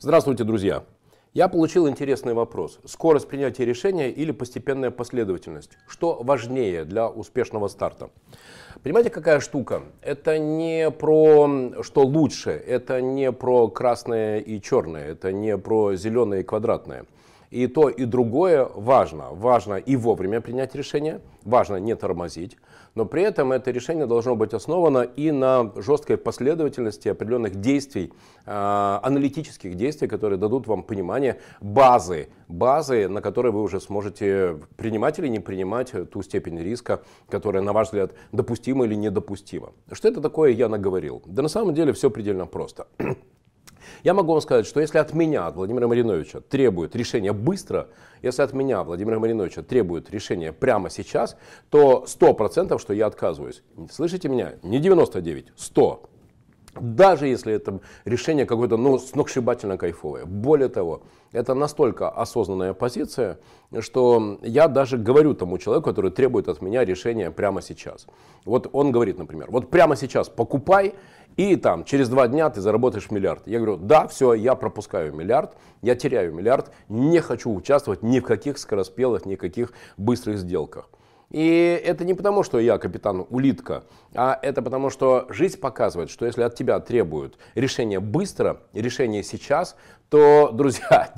Здравствуйте, друзья! Я получил интересный вопрос. Скорость принятия решения или постепенная последовательность? Что важнее для успешного старта? Понимаете, какая штука? Это не про что лучше, это не про красное и черное, это не про зеленое и квадратное. И то, и другое важно. Важно и вовремя принять решение, важно не тормозить, но при этом это решение должно быть основано и на жесткой последовательности определенных действий, аналитических действий, которые дадут вам понимание базы, на которой вы уже сможете принимать или не принимать ту степень риска, которая, на ваш взгляд, допустима или недопустима. Что это такое, я наговорил? Да на самом деле все предельно просто. Я могу вам сказать, что если от меня, от Владимира Мариновича, требует решения быстро, если от меня, Владимира Мариновича, требует решения прямо сейчас, то 100%, что я отказываюсь. Слышите меня? Не 99, 100. Даже если это решение какое-то сногсшибательно кайфовое. Более того, это настолько осознанная позиция, что я даже говорю тому человеку, который требует от меня решения прямо сейчас. Вот он говорит, например, вот прямо сейчас покупай, и там через 2 дня ты заработаешь миллиард. Я говорю, да, все, я пропускаю миллиард, я теряю миллиард, не хочу участвовать ни в каких скороспелых, ни в каких быстрых сделках. И это не потому, что я капитан улитка, а это потому, что жизнь показывает, что если от тебя требуют решение быстро, решение сейчас, то, друзья,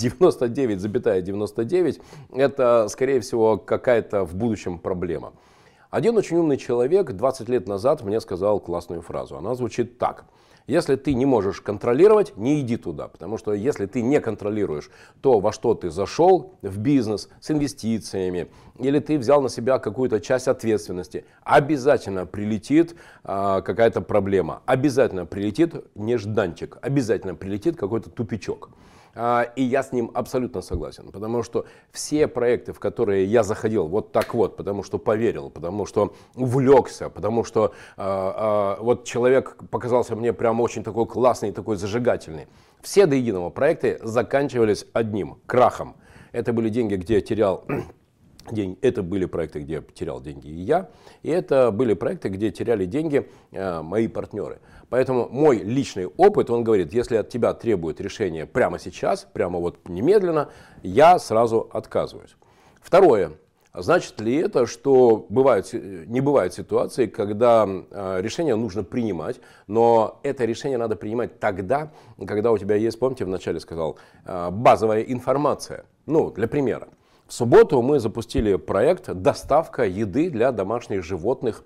99,99 это, скорее всего, какая-то в будущем проблема. Один очень умный человек 20 лет назад мне сказал классную фразу. Она звучит так. Если ты не можешь контролировать, не иди туда. Потому что если ты не контролируешь то, во что ты зашел в бизнес с инвестициями, или ты взял на себя какую-то часть ответственности, обязательно прилетит какая-то проблема. Обязательно прилетит нежданчик. Обязательно прилетит какой-то тупичок. И я с ним абсолютно согласен, потому что все проекты, в которые я заходил вот так вот, потому что поверил, потому что увлекся, потому что вот человек показался мне прям очень такой классный, такой зажигательный, все до единого проекты заканчивались одним крахом. Это были деньги, где я терял деньги. Это были проекты, где терял деньги и я, и это были проекты, где теряли деньги мои партнеры. Поэтому мой личный опыт, он говорит, если от тебя требует решения прямо сейчас, прямо вот немедленно, я сразу отказываюсь. Второе. Значит ли это, что не бывает ситуации, когда решение нужно принимать, но это решение надо принимать тогда, когда у тебя есть, помните, вначале сказал, базовая информация. Ну, для примера. В субботу мы запустили проект «Доставка еды для домашних животных».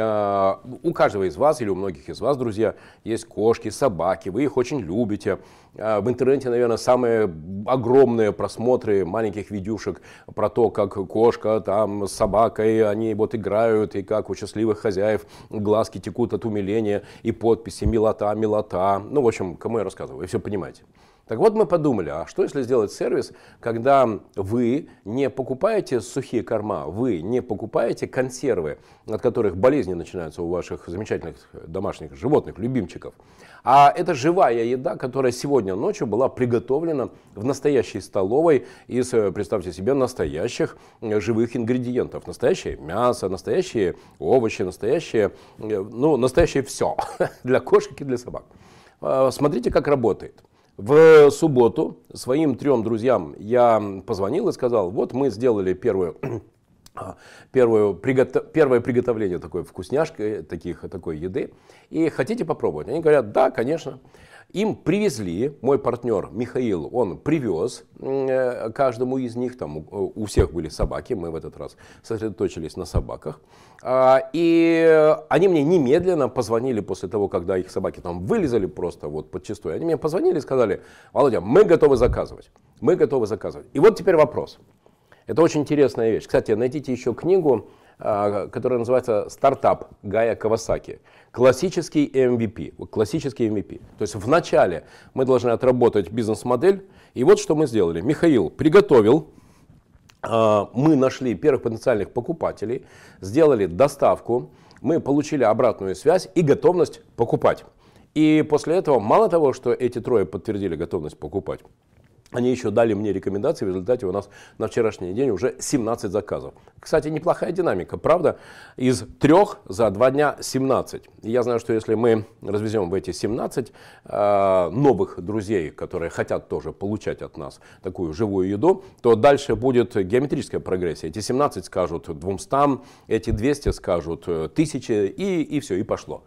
У каждого из вас или у многих из вас, друзья, есть кошки, собаки, вы их очень любите. В интернете, наверное, самые огромные просмотры маленьких видюшек про то, как кошка там с собакой, они вот играют, и как у счастливых хозяев глазки текут от умиления, и подписи «Милота, милота». Ну, в общем, кому я рассказываю, вы все понимаете. Так вот мы подумали, а что если сделать сервис, когда вы не покупаете сухие корма, вы не покупаете консервы, от которых болезни начинаются у ваших замечательных домашних животных, любимчиков, а это живая еда, которая сегодня ночью была приготовлена в настоящей столовой из, представьте себе, настоящих живых ингредиентов. Настоящее мясо, настоящие овощи, настоящее все для кошек и для собак. Смотрите, как работает. В субботу своим 3 друзьям я позвонил и сказал, вот мы сделали первое приготовление такой вкусняшки, такой еды, и хотите попробовать? Они говорят, да, конечно. Им привезли, мой партнер Михаил, он привез каждому из них, там у всех были собаки, мы в этот раз сосредоточились на собаках. И они мне немедленно позвонили после того, когда их собаки там вылезали просто вот подчистую. Они мне позвонили и сказали, Володя, мы готовы заказывать. Мы готовы заказывать. И вот теперь вопрос. Это очень интересная вещь. Кстати, найдите еще книгу, которая называется «Стартап» Гая Кавасаки. Классический MVP. Классический MVP. То есть вначале мы должны отработать бизнес-модель. И вот что мы сделали. Михаил приготовил. Мы нашли первых потенциальных покупателей. Сделали доставку. Мы получили обратную связь и готовность покупать. И после этого мало того, что эти 3 подтвердили готовность покупать, Они еще дали мне рекомендации, в результате у нас на вчерашний день уже 17 заказов. Кстати, неплохая динамика, правда? Из 3 за 2 дня 17. И я знаю, что если мы развезем в эти 17 новых друзей, которые хотят тоже получать от нас такую живую еду, то дальше будет геометрическая прогрессия. Эти 17 скажут 200, эти 200 скажут 1000 и все, и пошло.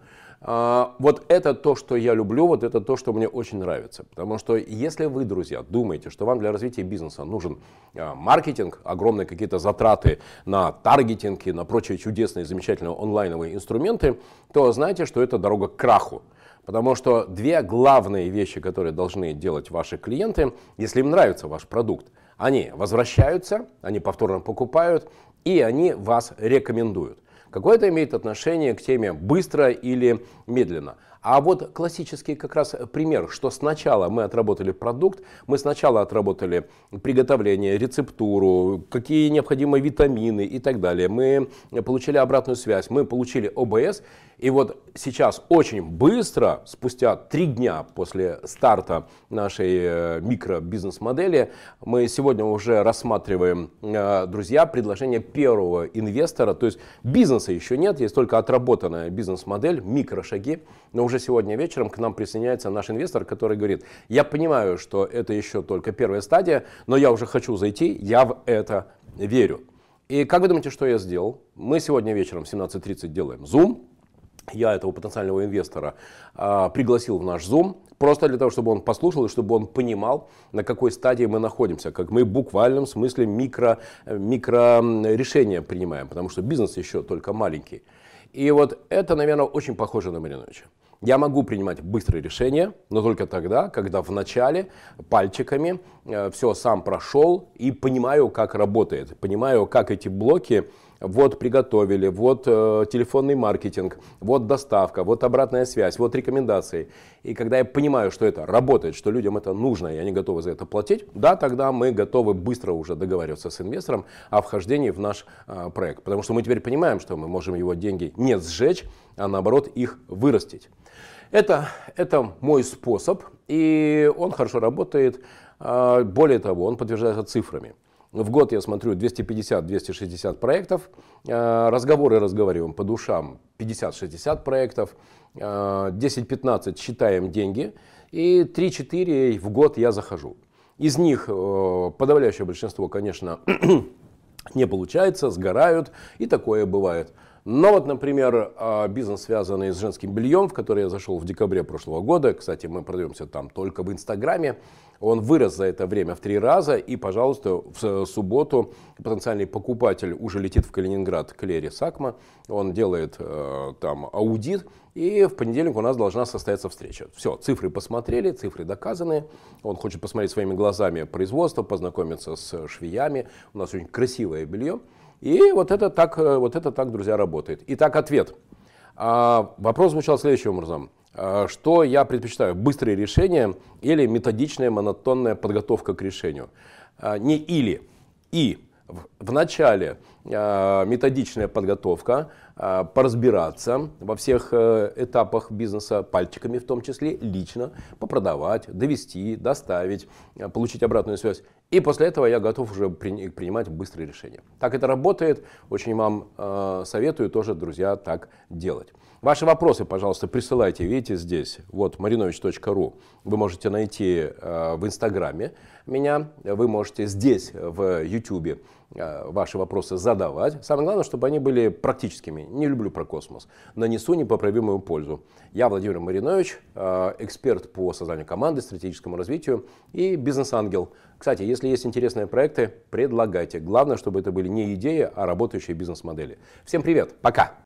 Вот это то, что я люблю, вот это то, что мне очень нравится. Потому что если вы, друзья, думаете, что вам для развития бизнеса нужен маркетинг, огромные какие-то затраты на таргетинг и на прочие чудесные, замечательные онлайновые инструменты, то знайте, что это дорога к краху. Потому что 2 главные вещи, которые должны делать ваши клиенты, если им нравится ваш продукт, они возвращаются, они повторно покупают и они вас рекомендуют. Какое-то имеет отношение к теме быстро или медленно. А вот классический как раз пример, что сначала мы отработали продукт, мы сначала отработали приготовление, рецептуру, какие необходимы витамины и так далее. Мы получили обратную связь, мы получили ОБС. И вот сейчас очень быстро, спустя 3 дня после старта нашей микробизнес-модели, мы сегодня уже рассматриваем, друзья, предложение первого инвестора. То есть бизнеса еще нет, есть только отработанная бизнес-модель, микрошаги. Но уже сегодня вечером к нам присоединяется наш инвестор, который говорит: я понимаю, что это еще только первая стадия, но я уже хочу зайти, я в это верю. И как вы думаете, что я сделал? Мы сегодня вечером в 17:30 делаем Zoom. Я этого потенциального инвестора пригласил в наш Zoom, просто для того, чтобы он послушал и чтобы он понимал, на какой стадии мы находимся, как мы в буквальном смысле микро решения принимаем, потому что бизнес еще только маленький. И вот это, наверное, очень похоже на Мариновича. Я могу принимать быстрые решения, но только тогда, когда вначале пальчиками все сам прошел и понимаю, как работает, понимаю, как эти блоки вот приготовили, вот телефонный маркетинг, вот доставка, вот обратная связь, вот рекомендации. И когда я понимаю, что это работает, что людям это нужно, и они готовы за это платить, да, тогда мы готовы быстро уже договариваться с инвестором о вхождении в наш проект. Потому что мы теперь понимаем, что мы можем его деньги не сжечь, а наоборот их вырастить. Это мой способ, и он хорошо работает. Более того, он подтверждается цифрами. В год я смотрю 250-260 проектов, разговариваем по душам 50-60 проектов, 10-15 считаем деньги, и 3-4 в год я захожу. Из них подавляющее большинство, конечно, не получается, сгорают, и такое бывает. Но вот, например, бизнес, связанный с женским бельем, в который я зашел в декабре прошлого года, кстати, мы продаемся там только в Инстаграме, он вырос за это время в 3 раза, и, пожалуйста, в субботу потенциальный покупатель уже летит в Калининград к Лере Сакма, он делает там аудит, и в понедельник у нас должна состояться встреча. Все, цифры посмотрели, цифры доказаны, он хочет посмотреть своими глазами производство, познакомиться с швеями, у нас очень красивое белье. И вот это так, друзья, работает. Итак, ответ. Вопрос звучал следующим образом. Что я предпочитаю, быстрые решения или методичная монотонная подготовка к решению? Не или, и. В начале методичная подготовка, поразбираться во всех этапах бизнеса, пальчиками в том числе, лично, попродавать, довести, доставить, получить обратную связь. И после этого я готов уже принимать быстрые решения. Так это работает. Очень вам советую тоже, друзья, так делать. Ваши вопросы, пожалуйста, присылайте. Видите здесь, вот marinovich.ru. Вы можете найти в Инстаграме меня. Вы можете здесь, в Ютубе, ваши вопросы задавать. Самое главное, чтобы они были практическими. Не люблю про космос. Нанесу непоправимую пользу. Я Владимир Маринович, эксперт по созданию команды, стратегическому развитию и бизнес-ангел. Кстати, если есть интересные проекты, предлагайте. Главное, чтобы это были не идеи, а работающие бизнес-модели. Всем привет, пока!